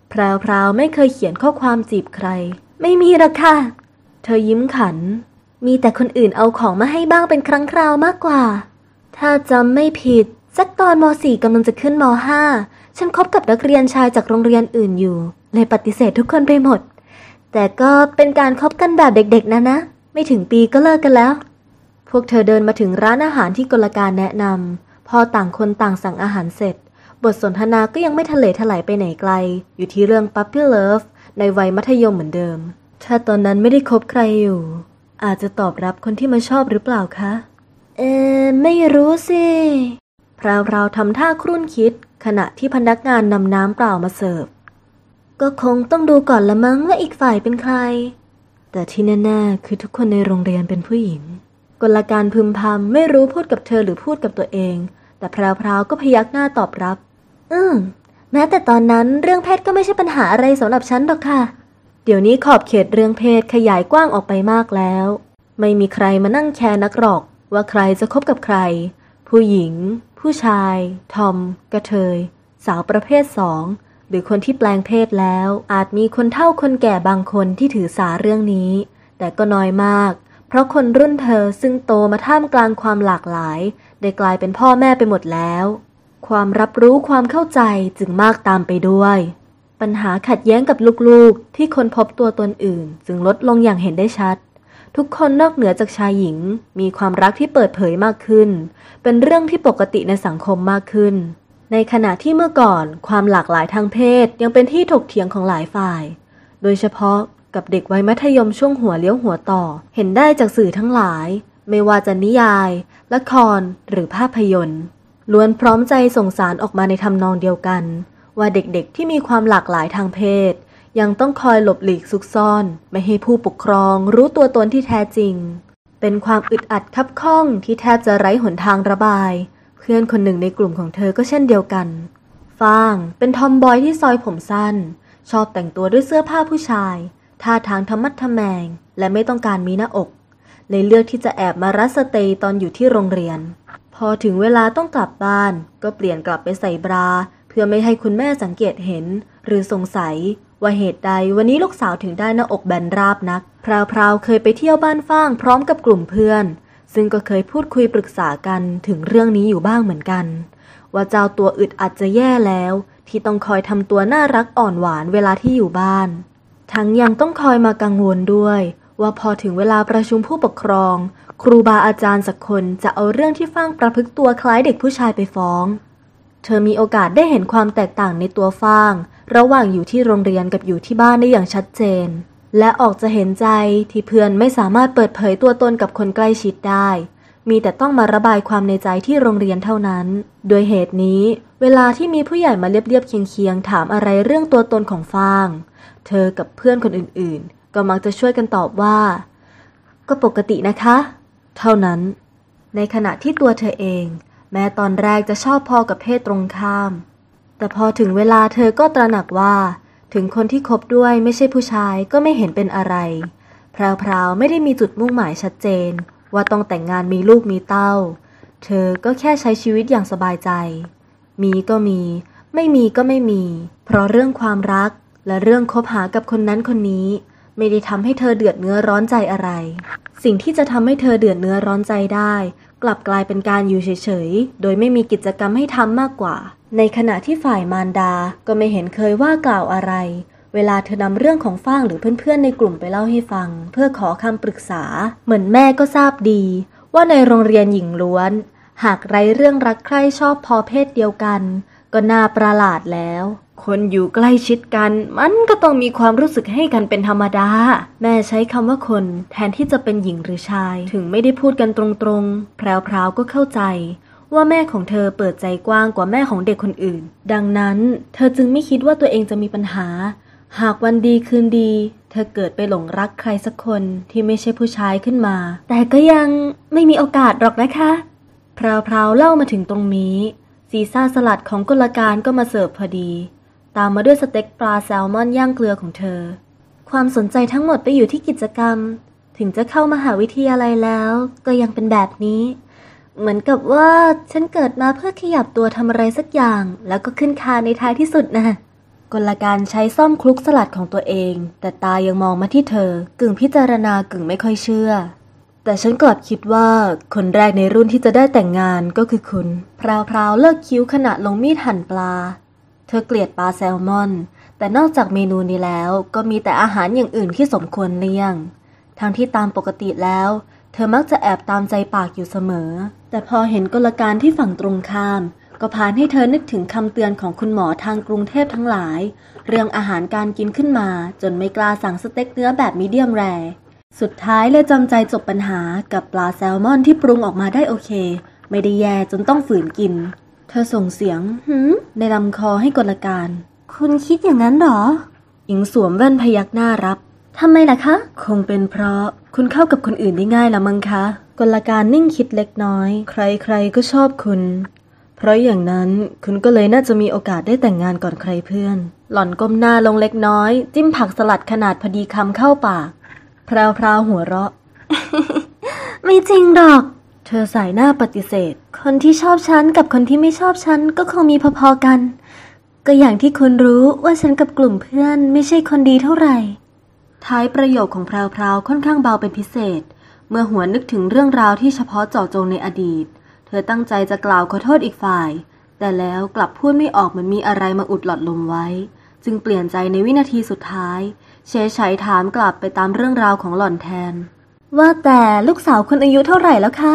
แพรวไม่เคยเขียนข้อความจีบใครไม่มีหรอกค่ะเธอยิ้มขันมีแต่คนอื่นเอาของมาให้บ้างเป็นครั้งคราวมากกว่าถ้าจำไม่ผิดสักตอนม.4 กำลังจะขึ้นม.5 ฉันคบกับนักเรียนชายจากโรงเรียนอื่นอยู่เลยปฏิเสธทุกคนไปหมดแต่ก็เป็นการคบกันแบบเด็กๆนะไม่ถึงปีก็เลิกกันแล้วพวกเธอเดินมาถึงร้านอาหารที่กลการแนะนำพอต่างคนต่างสั่งอาหารเสร็จบทสนทนาก็ยังไม่ทะเลถลายไปไหนไกลอยู่ที่เรื่อง Puppy Love ในวัยมัธยมเหมือนเดิมถ้าตอนนั้นไม่ได้คบใครอยู่อาจจะตอบรับคนที่มาชอบหรือเปล่าคะไม่รู้สิพราวทำท่าครุ่นคิดขณะที่พนักงานนำน้ำเปล่ามาเสิร์ฟก็คงต้องดูก่อนละมั้งว่าอีกฝ่ายเป็นใครแต่ที่แน่ๆคือทุกคนในโรงเรียนเป็นผู้หญิงกลการพึมพำไม่รู้พูดกับเธอหรือพูดกับตัวเองแต่พราวก็พยักหน้าตอบรับแม้แต่ตอนนั้นเรื่องเพศก็ไม่ใช่ปัญหาอะไรสำหรับฉันหรอกค่ะเดี๋ยวนี้ขอบเขตเรื่องเพศขยายกว้างออกไปมากแล้วไม่มีใครมานั่งแคร์นักหรอกว่าใครจะคบกับใครผู้หญิงผู้ชายทอมกระเทยสาวประเภท2หรือคนที่แปลงเพศแล้วอาจมีคนเฒ่าคนแก่บางคนที่ถือสาเรื่องนี้แต่ก็น้อยมากเพราะคนรุ่นเธอซึ่งโตมาท่ามกลางความหลากหลายได้กลายเป็นพ่อแม่ไปหมดแล้วความรับรู้ความเข้าใจจึงมากตามไปด้วยปัญหาขัดแย้งกับลูกๆที่ค้นพบตัวตนอื่นจึงลดลงอย่างเห็นได้ชัดทุกคนนอกเหนือจากชายหญิงมีความรักที่เปิดเผยมากขึ้นเป็นเรื่องที่ปกติในสังคมมากขึ้นในขณะที่เมื่อก่อนความหลากหลายทางเพศยังเป็นที่ถกเถียงของหลายฝ่ายโดยเฉพาะกับเด็กวัยมัธยมช่วงหัวเลี้ยวหัวต่อเห็นได้จากสื่อทั้งหลายไม่ว่าจะนิยายละครหรือภาพยนตร์ล้วนพร้อมใจส่งสารออกมาในทำนองเดียวกันว่าเด็กๆที่มีความหลากหลายทางเพศยังต้องคอยหลบหลีกซุกซ่อนไม่ให้ผู้ปกครองรู้ตัวตนที่แท้จริงเป็นความอึดอัดคับข้องที่แทบจะไร้หนทางระบายเพื่อนคนหนึ่งในกลุ่มของเธอก็เช่นเดียวกันฟางเป็นทอมบอยที่ซอยผมสั้นชอบแต่งตัวด้วยเสื้อผ้าผู้ชายท่าทางทะมัดทะแมงและไม่ต้องการมีหน้าอกเลยเลือกที่จะแอบมารัสเตย์ตอนอยู่ที่โรงเรียนพอถึงเวลาต้องกลับบ้านก็เปลี่ยนกลับไปใส่บราเพื่อไม่ให้คุณแม่สังเกตเห็นหรือสงสัยว่าเหตุใดวันนี้ลูกสาวถึงได้หน้าอกแบนราบนักพราวเคยไปเที่ยวบ้านฟ้างพร้อมกับกลุ่มเพื่อนซึ่งก็เคยพูดคุยปรึกษากันถึงเรื่องนี้อยู่บ้างเหมือนกันว่าเจ้าตัวอึดอัดจะแย่แล้วที่ต้องคอยทำตัวน่ารักอ่อนหวานเวลาที่อยู่บ้านทั้งยังต้องคอยมากังวลด้วยว่าพอถึงเวลาประชุมผู้ปกครองครูบาอาจารย์สักคนจะเอาเรื่องที่ฟ้างประพฤติตัวคล้ายเด็กผู้ชายไปฟ้องเธอมีโอกาสได้เห็นความแตกต่างในตัวฟ้างระหว่างอยู่ที่โรงเรียนกับอยู่ที่บ้านได้อย่างชัดเจนและออกจะเห็นใจที่เพื่อนไม่สามารถเปิดเผยตัวตนกับคนใกล้ชิดได้มีแต่ต้องมาระบายความในใจที่โรงเรียนเท่านั้นโดยเหตุนี้เวลาที่มีผู้ใหญ่มาเรียบๆเคียงๆถามอะไรเรื่องตัวตนของฟ้างเธอกับเพื่อนคนอื่นๆก็มักจะช่วยกันตอบว่าก็ปกตินะคะเท่านั้นในขณะที่ตัวเธอเองแม้ตอนแรกจะชอบพอกับเพศตรงข้ามแต่พอถึงเวลาเธอก็ตระหนักว่าถึงคนที่คบด้วยไม่ใช่ผู้ชายก็ไม่เห็นเป็นอะไรพราวไม่ได้มีจุดมุ่งหมายชัดเจนว่าต้องแต่งงานมีลูกมีเต้าเธอก็แค่ใช้ชีวิตอย่างสบายใจมีก็มีไม่มีก็ไม่มีเพราะเรื่องความรักและเรื่องคบหากับคนนั้นคนนี้ไม่ได้ทำให้เธอเดือดเนื้อร้อนใจอะไรสิ่งที่จะทำให้เธอเดือดเนื้อร้อนใจได้กลับกลายเป็นการอยู่เฉยๆโดยไม่มีกิจกรรมให้ทำมากกว่าในขณะที่ฝ่ายมารดาก็ไม่เห็นเคยว่ากล่าวอะไรเวลาเธอนำเรื่องของฟ้างหรือเพื่อนๆในกลุ่มไปเล่าให้ฟังเพื่อขอคำปรึกษาเหมือนแม่ก็ทราบดีว่าในโรงเรียนหญิงล้วนหากไร้เรื่องรักใคร่ชอบพอเพศเดียวกันก็น่าประหลาดแล้วคนอยู่ใกล้ชิดกันมันก็ต้องมีความรู้สึกให้กันเป็นธรรมดาแม่ใช้คำว่าคนแทนที่จะเป็นหญิงหรือชายถึงไม่ได้พูดกันตรงๆแพรวก็เข้าใจว่าแม่ของเธอเปิดใจกว้างกว่าแม่ของเด็กคนอื่นดังนั้นเธอจึงไม่คิดว่าตัวเองจะมีปัญหาหากวันดีคืนดีเธอเกิดไปหลงรักใครสักคนที่ไม่ใช่ผู้ชายขึ้นมาแต่ก็ยังไม่มีโอกาสหรอกนะคะพราวเล่ามาถึงตรงนี้ซีซ่าสลัดของกลการก็มาเสิร์ฟพอดีตามมาด้วยสเต็กปลาแซลมอนย่างเกลือของเธอความสนใจทั้งหมดไปอยู่ที่กิจกรรมถึงจะเข้ามหาวิทยาลัยแล้วก็ยังเป็นแบบนี้เหมือนกับว่าฉันเกิดมาเพื่อขยับตัวทำอะไรสักอย่างแล้วก็ขึ้นคานในท้ายที่สุดนะกลการใช้ซ่อมคลุกสลัดของตัวเองแต่ตายังมองมาที่เธอกึ่งพิจารณากึ่งไม่ค่อยเชื่อแต่ฉันกลับคิดว่าคนแรกในรุ่นที่จะได้แต่งงานก็คือคุณพราวๆเลิกคิ้วขณะลงมีดหั่นปลาเธอเกลียดปลาแซลมอนแต่นอกจากเมนูนี้แล้วก็มีแต่อาหารอย่างอื่นที่สมควรเลี่ยงทั้งที่ตามปกติแล้วเธอมักจะแอบตามใจปากอยู่เสมอแต่พอเห็นกลการที่ฝั่งตรงข้ามก็พานให้เธอนึกถึงคำเตือนของคุณหมอทางกรุงเทพทั้งหลายเรื่องอาหารการกินขึ้นมาจนไม่กล้าสั่งสเต็กเนื้อแบบมีเดียมแรร์สุดท้ายเลยจำใจจบปัญหากับปลาแซลมอนที่ปรุงออกมาได้โอเคไม่ได้แย่จนต้องฝืนกินเธอส่งเสียงในลำคอให้กลการคุณคิดอย่างนั้นหรอหญิงสวมแว่นพยักหน้ารับทำไมล่ะคะคงเป็นเพราะคุณเข้ากับคนอื่นได้ง่ายละมั้งคะกลการนิ่งคิดเล็กน้อยใครๆก็ชอบคุณเพราะอย่างนั้นคุณก็เลยน่าจะมีโอกาสได้แต่งงานก่อนใครเพื่อนหล่อนก้มหน้าลงเล็กน้อยจิ้มผักสลัดขนาดพอดีคำเข้าปากพราวๆหัวเราะ ไม่จริงหรอกเธอสายหน้าปฏิเสธคนที่ชอบฉันกับคนที่ไม่ชอบฉันก็คงมีพอๆกันก็อย่างที่คุณรู้ว่าฉันกับกลุ่มเพื่อนไม่ใช่คนดีเท่าไหร่ท้ายประโยคของพราวๆค่อนข้างเบาเป็นพิเศษเมื่อหัวนึกถึงเรื่องราวที่เฉพาะเจาะจงในอดีตเธอตั้งใจจะกล่าวขอโทษอีกฝ่ายแต่แล้วกลับพูดไม่ออกเหมือนมีอะไรมาอุดหลอดลมไว้จึงเปลี่ยนใจในวินาทีสุดท้ายเฉยๆถามกลับไปตามเรื่องราวของหล่อนแทนว่าแต่ลูกสาวคุณอายุเท่าไหร่แล้วคะ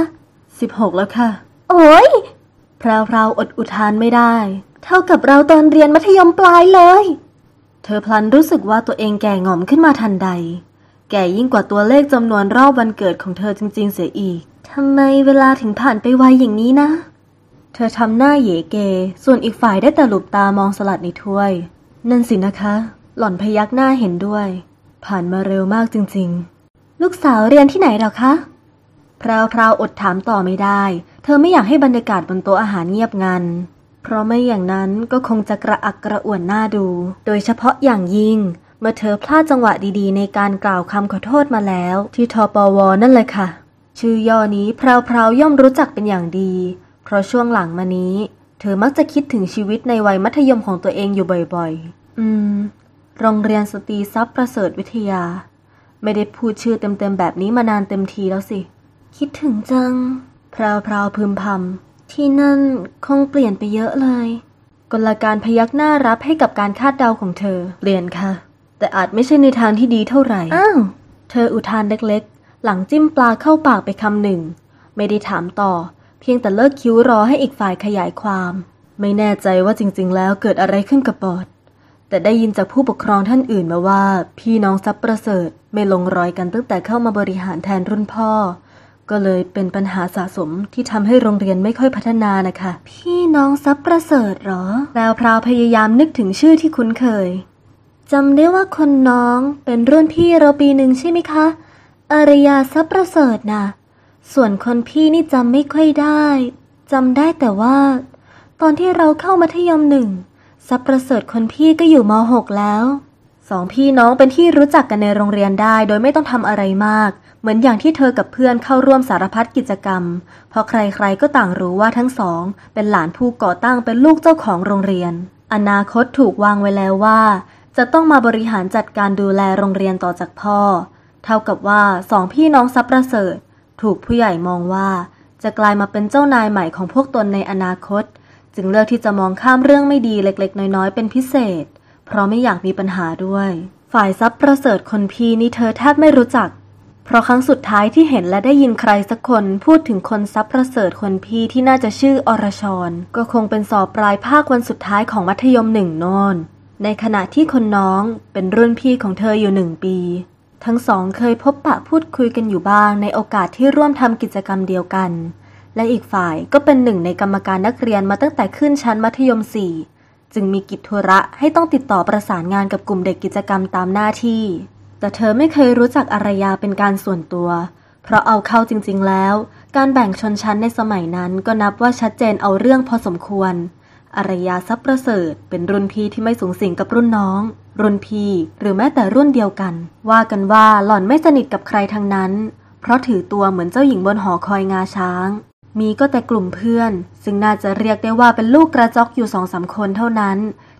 16แล้วค่ะโอ้ยพราวๆอดอุทานไม่ได้เท่ากับเราตอนเรียนมัธยมปลายเลยเธอพลันรู้สึกว่าตัวเองแก่หง่อมขึ้นมาทันใดแก่ยิ่งกว่าตัวเลขจำนวนรอบวันเกิดของเธอจริงๆเสียอีกทำไมเวลาถึงผ่านไปไวอย่างนี้นะเธอทำหน้าเหยเกส่วนอีกฝ่ายได้แต่หลบตามองสลัดในถ้วยนั่นสินะคะหล่อนพยักหน้าเห็นด้วยผ่านมาเร็วมากจริงๆลูกสาวเรียนที่ไหนหรอคะพราวๆอดถามต่อไม่ได้เธอไม่อยากให้บรรยากาศบนโต๊ะอาหารเงียบงันเพราะไม่อย่างนั้นก็คงจะกระอักกระอ่วนหน้าดูโดยเฉพาะอย่างยิ่งเมื่อเธอพลาดจังหวะดีๆในการกล่าวคำขอโทษมาแล้วที่ทปวนั่นเลยค่ะชื่อย่อนี้พราวๆย่อมรู้จักเป็นอย่างดีเพราะช่วงหลังมานี้เธอมักจะคิดถึงชีวิตในวัยมัธยมของตัวเองอยู่บ่อยๆโรงเรียนสตรีทรัพย์ประเสริฐวิทยาไม่ได้พูดชื่อเต็มๆแบบนี้มานานเต็มทีแล้วสิคิดถึงจังพราวๆพึมพำที่นั่นคงเปลี่ยนไปเยอะเลยกลการพยักหน้ารับให้กับการคาดเดาของเธอเปลี่ยนค่ะแต่อาจไม่ใช่ในทางที่ดีเท่าไหร่อ้าวเธออุทานเล็กๆหลังจิ้มปลาเข้าปากไปคำหนึ่งไม่ได้ถามต่อเพียงแต่เลิกคิ้วรอให้อีกฝ่ายขยายความไม่แน่ใจว่าจริงๆแล้วเกิดอะไรขึ้นกับบอดแต่ได้ยินจากผู้ปกครองท่านอื่นมาว่าพี่น้องทรัพย์ประเสริฐไม่ลงรอยกันตั้งแต่เข้ามาบริหารแทนรุ่นพ่อก็เลยเป็นปัญหาสะสมที่ทำให้โรงเรียนไม่ค่อยพัฒนานะคะพี่น้องทรัพย์ประเสริฐหรอพราวพยายามนึกถึงชื่อที่คุ้นเคยจำได้ว่าคนน้องเป็นรุ่นพี่เราปีหนึ่งใช่ไหมคะอารยาทรัพย์ประเสริฐน่ะส่วนคนพี่นี่จำไม่ค่อยได้จำได้แต่ว่าตอนที่เราเข้ามัธยมหนึ่งทรัพย์ประเสริฐคนพี่ก็อยู่ม.6 แล้วสองพี่น้องเป็นที่รู้จักกันในโรงเรียนได้โดยไม่ต้องทำอะไรมากเหมือนอย่างที่เธอกับเพื่อนเข้าร่วมสารพัดกิจกรรมเพราะใครๆก็ต่างรู้ว่าทั้งสองเป็นหลานผู้ก่อตั้งเป็นลูกเจ้าของโรงเรียนอนาคตถูกวางไว้แล้วว่าจะต้องมาบริหารจัดการดูแลโรงเรียนต่อจากพ่อเท่ากับว่าสองพี่น้องทรัพย์ประเสริฐถูกผู้ใหญ่มองว่าจะกลายมาเป็นเจ้านายใหม่ของพวกตนในอนาคตจึงเลือกที่จะมองข้ามเรื่องไม่ดีเล็กๆน้อยๆเป็นพิเศษเพราะไม่อยากมีปัญหาด้วยฝ่ายทรัพย์ประเสริฐคนพี่นี่เธอแทบไม่รู้จักเพราะครั้งสุดท้ายที่เห็นและได้ยินใครสักคนพูดถึงคนทรัพย์ประเสริฐคนพี่ที่น่าจะชื่ออรชรก็คงเป็นสอบปลายภาควันสุดท้ายของมัธยมหนึ่งโน่นในขณะที่คนน้องเป็นรุ่นพี่ของเธออยู่1 ปีทั้งสองเคยพบปะพูดคุยกันอยู่บ้างในโอกาสที่ร่วมทำกิจกรรมเดียวกันและอีกฝ่ายก็เป็นหนึ่งในกรรมการนักเรียนมาตั้งแต่ขึ้นชั้นมัธยม4จึงมีกิจธุระให้ต้องติดต่อประสานงานกับกลุ่มเด็กกิจกรรมตามหน้าที่แต่เธอไม่เคยรู้จักอารยาเป็นการส่วนตัวเพราะเอาเข้าจริงๆแล้วการแบ่งชนชั้นในสมัยนั้นก็นับว่าชัดเจนเอาเรื่องพอสมควรอารยาทรัพย์ประเสริฐเป็นรุ่นพี่ที่ไม่สูงสิงกับรุ่นน้องรุ่นพี่หรือแม้แต่รุ่นเดียวกันว่ากันว่าหล่อนไม่สนิทกับใครทั้งนั้นเพราะถือตัวเหมือนเจ้าหญิงบนหอคอยงาช้างมีก็แต่กลุ่มเพื่อนซึ่งน่าจะเรียกได้ว่าเป็นลูกกระจอกอยู่2-3 คนเท่านั้น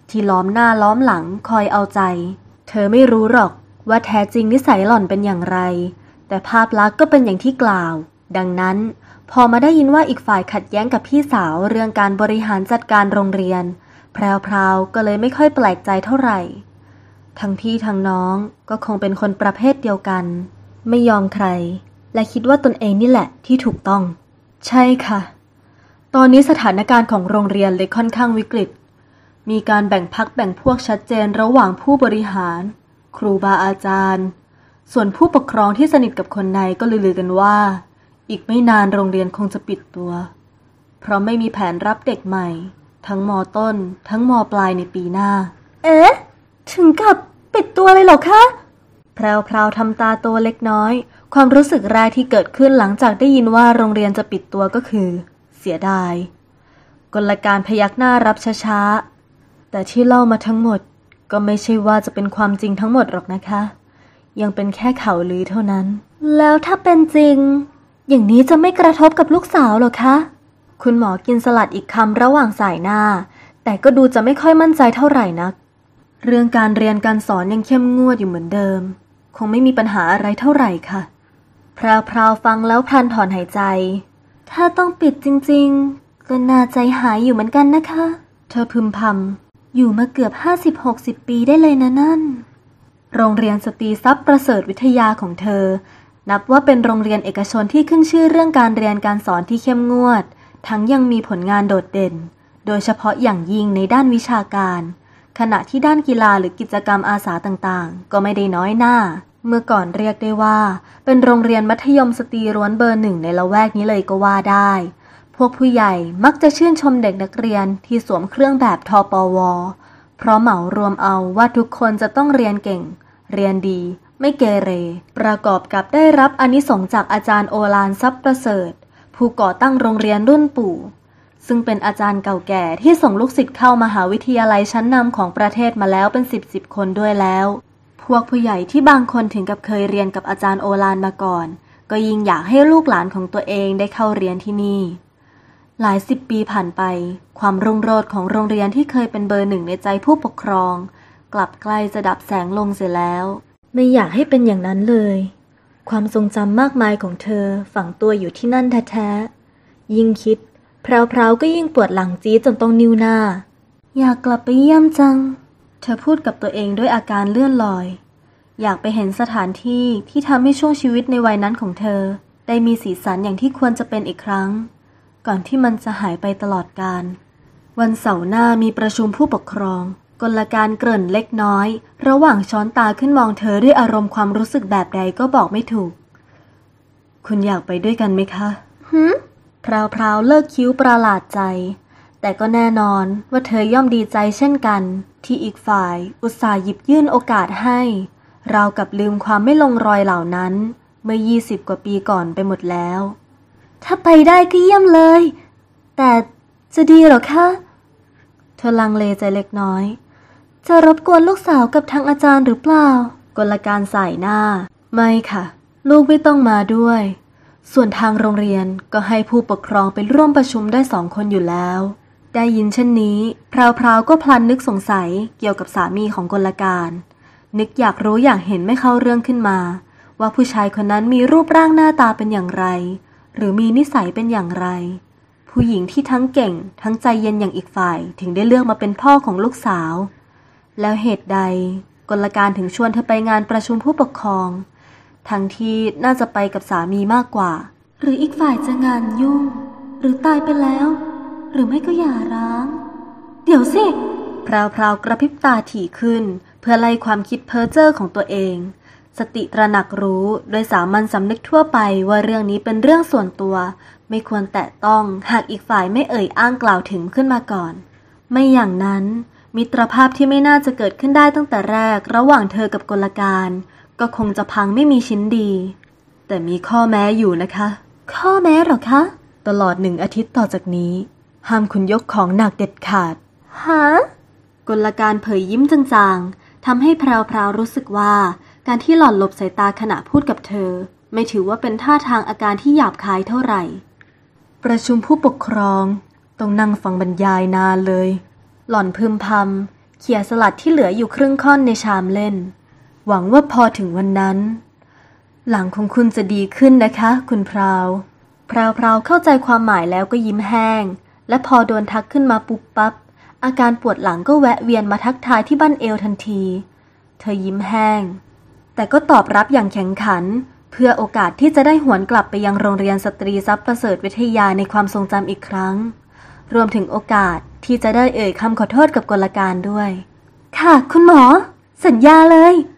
ที่ล้อมหน้าล้อมหลังคอยเอาใจเธอไม่รู้หรอกว่าแท้จริงนิสัยหล่อนเป็นอย่างไรแต่ภาพลักษณ์ก็เป็นอย่างที่กล่าวดังนั้นพอมาได้ยินว่าอีกฝ่ายขัดแย้งกับพี่สาวเรื่องการบริหารจัดการโรงเรียนแพรวๆก็เลยไม่ค่อยแปลกใจเท่าไหร่ทั้งพี่ทั้งน้องก็คงเป็นคนประเภทเดียวกันไม่ยอมใครและคิดว่าตนเองนี่แหละที่ถูกต้องใช่ค่ะตอนนี้สถานการณ์ของโรงเรียนเลยค่อนข้างวิกฤตมีการแบ่งพรรคแบ่งพวกชัดเจนระหว่างผู้บริหารครูบาอาจารย์ส่วนผู้ปกครองที่สนิทกับคนในก็ลือกันว่าอีกไม่นานโรงเรียนคงจะปิดตัวเพราะไม่มีแผนรับเด็กใหม่ทั้งม.ต้นทั้งม.ปลายในปีหน้าถึงกับปิดตัวเลยเหรอคะแพรวทำตาโตเล็กน้อยความรู้สึกแรกที่เกิดขึ้นหลังจากได้ยินว่าโรงเรียนจะปิดตัวก็คือเสียดายกลการพยักหน้ารับช้าๆแต่ที่เล่ามาทั้งหมดก็ไม่ใช่ว่าจะเป็นความจริงทั้งหมดหรอกนะคะยังเป็นแค่ข่าวลือเท่านั้นแล้วถ้าเป็นจริงอย่างนี้จะไม่กระทบกับลูกสาวหรอคะคุณหมอกินสลัดอีกคำระหว่างสายหน้าแต่ก็ดูจะไม่ค่อยมั่นใจเท่าไหร่นักเรื่องการเรียนการสอนยังเข้มงวดอยู่เหมือนเดิมคงไม่มีปัญหาอะไรเท่าไหร่ค่ะพราวฟังแล้วพลันถอนหายใจถ้าต้องปิดจริงๆก็น่าใจหายอยู่เหมือนกันนะคะเธอพึมพำอยู่มาเกือบ50-60 ปีได้เลยนะนั่นโรงเรียนสตรีทรัพย์ประเสริฐวิทยาของเธอนับว่าเป็นโรงเรียนเอกชนที่ขึ้นชื่อเรื่องการเรียนการสอนที่เข้มงวดทั้งยังมีผลงานโดดเด่นโดยเฉพาะอย่างยิ่งในด้านวิชาการขณะที่ด้านกีฬาหรือกิจกรรมอาสาต่างๆก็ไม่ได้น้อยหน้าเมื่อก่อนเรียกได้ว่าเป็นโรงเรียนมัธยมสตรีล้วนเบอร์ 1ในละแวกนี้เลยก็ว่าได้พวกผู้ใหญ่มักจะชื่นชมเด็กนักเรียนที่สวมเครื่องแบบทปว.เพราะเหมารวมเอาว่าทุกคนจะต้องเรียนเก่งเรียนดีไม่เกเรประกอบกับได้รับอานิสงส์จากอาจารย์โอฬารทรัพย์ประเสริฐผู้ก่อตั้งโรงเรียนรุ่นปู่ซึ่งเป็นอาจารย์เก่าแก่ที่ส่งลูกศิษย์เข้ามหาวิทยาลัยชั้นนำของประเทศมาแล้วเป็น10 คนด้วยแล้วพวกผู้ใหญ่ที่บางคนถึงกับเคยเรียนกับอาจารย์โอฬารมาก่อนก็ยิ่งอยากให้ลูกหลานของตัวเองได้เข้าเรียนที่นี่หลาย10 ปีผ่านไปความรุ่งโรจน์ของโรงเรียนที่เคยเป็นเบอร์ 1ในใจผู้ปกครองกลับใกล้จะดับแสงลงเสียแล้วไม่อยากให้เป็นอย่างนั้นเลยความทรงจำมากมายของเธอฝังตัวอยู่ที่นั่นแท้ๆยิ่งคิดพราวก็ยิ่งปวดหลังจี๊ดจนต้องนิ้วหน้าอยากกลับไปเยี่ยมจังเธอพูดกับตัวเองด้วยอาการเลื่อนลอยอยากไปเห็นสถานที่ที่ทำให้ช่วงชีวิตในวัยนั้นของเธอได้มีสีสันอย่างที่ควรจะเป็นอีกครั้งก่อนที่มันจะหายไปตลอดกาลวันเสาร์หน้ามีประชุมผู้ปกครองกลการเกริ่นเล็กน้อยระหว่างช้อนตาขึ้นมองเธอด้วยอารมณ์ความรู้สึกแบบใดก็บอกไม่ถูกคุณอยากไปด้วยกันไหมคะพราวเลิกคิ้วประหลาดใจแต่ก็แน่นอนว่าเธอย่อมดีใจเช่นกันที่อีกฝ่ายอุตส่าห์หยิบยื่นโอกาสให้ราวกับลืมความไม่ลงรอยเหล่านั้นเมื่อ20 กว่าปีก่อนไปหมดแล้วถ้าไปได้ก็เยี่ยมเลยแต่จะดีหรอคะเธอลังเลใจเล็กน้อยจะรบกวนลูกสาวกับทางอาจารย์หรือเปล่ากลการสายหน้าไม่ค่ะลูกไม่ต้องมาด้วยส่วนทางโรงเรียนก็ให้ผู้ปกครองไปร่วมประชุมได้2 คนอยู่แล้วได้ยินเช่นนี้พราวก็พลันนึกสงสัยเกี่ยวกับสามีของกลการนึกอยากรู้อยากเห็นไม่เข้าเรื่องขึ้นมาว่าผู้ชายคนนั้นมีรูปร่างหน้าตาเป็นอย่างไรหรือมีนิสัยเป็นอย่างไรผู้หญิงที่ทั้งเก่งทั้งใจเย็นอย่างอีกฝ่ายถึงได้เลือกมาเป็นพ่อของลูกสาวแล้วเหตุใดกลการถึงชวนเธอไปงานประชุมผู้ปกครองทั้งที่น่าจะไปกับสามีมากกว่าหรืออีกฝ่ายจะงานยุ่งหรือตายไปแล้วหรือไม่ก็หย่าร้างเดี๋ยวสิพราวกระพริบตาถี่ขึ้นเพื่อไล่ความคิดเพ้อเจ้อของตัวเองสติตระหนักรู้โดยสามัญสำนึกทั่วไปว่าเรื่องนี้เป็นเรื่องส่วนตัวไม่ควรแตะต้องหากอีกฝ่ายไม่เอ่ยอ้างกล่าวถึงขึ้นมาก่อนไม่อย่างนั้นมิตรภาพที่ไม่น่าจะเกิดขึ้นได้ตั้งแต่แรกระหว่างเธอกับกลการก็คงจะพังไม่มีชิ้นดีแต่มีข้อแม้อยู่นะคะข้อแม้หรอคะตลอด1 อาทิตย์ต่อจากนี้ห้ามคุณยกของหนักเด็ดขาดฮะกลการเผยยิ้มจางๆทำให้พราวรู้สึกว่าการที่หล่อนหลบสายตาขณะพูดกับเธอไม่ถือว่าเป็นท่าทางอาการที่หยาบคายเท่าไหร่ประชุมผู้ปกครองต้องนั่งฟังบรรยายนานเลยหล่อนพึมพำเขี่ยสลัดที่เหลืออยู่ครึ่งค่อนในชามเล่นหวังว่าพอถึงวันนั้นหลังของคุณจะดีขึ้นนะคะคุณพราวเข้าใจความหมายแล้วก็ยิ้มแห้งและพอโดนทักขึ้นมาปุ๊บปั๊บอาการปวดหลังก็แวะเวียนมาทักทายที่บั้นเอวทันทีเธอยิ้มแห้งแต่ก็ตอบรับอย่างแข็งขันเพื่อโอกาสที่จะได้หวนกลับไปยังโรงเรียนสตรีทรัพย์ประเสริฐวิทยาในความทรงจำอีกครั้งรวมถึงโอกาสที่จะได้เอ่ยคำขอโทษกับกลการด้วยค่ะคุณหมอสัญญาเลย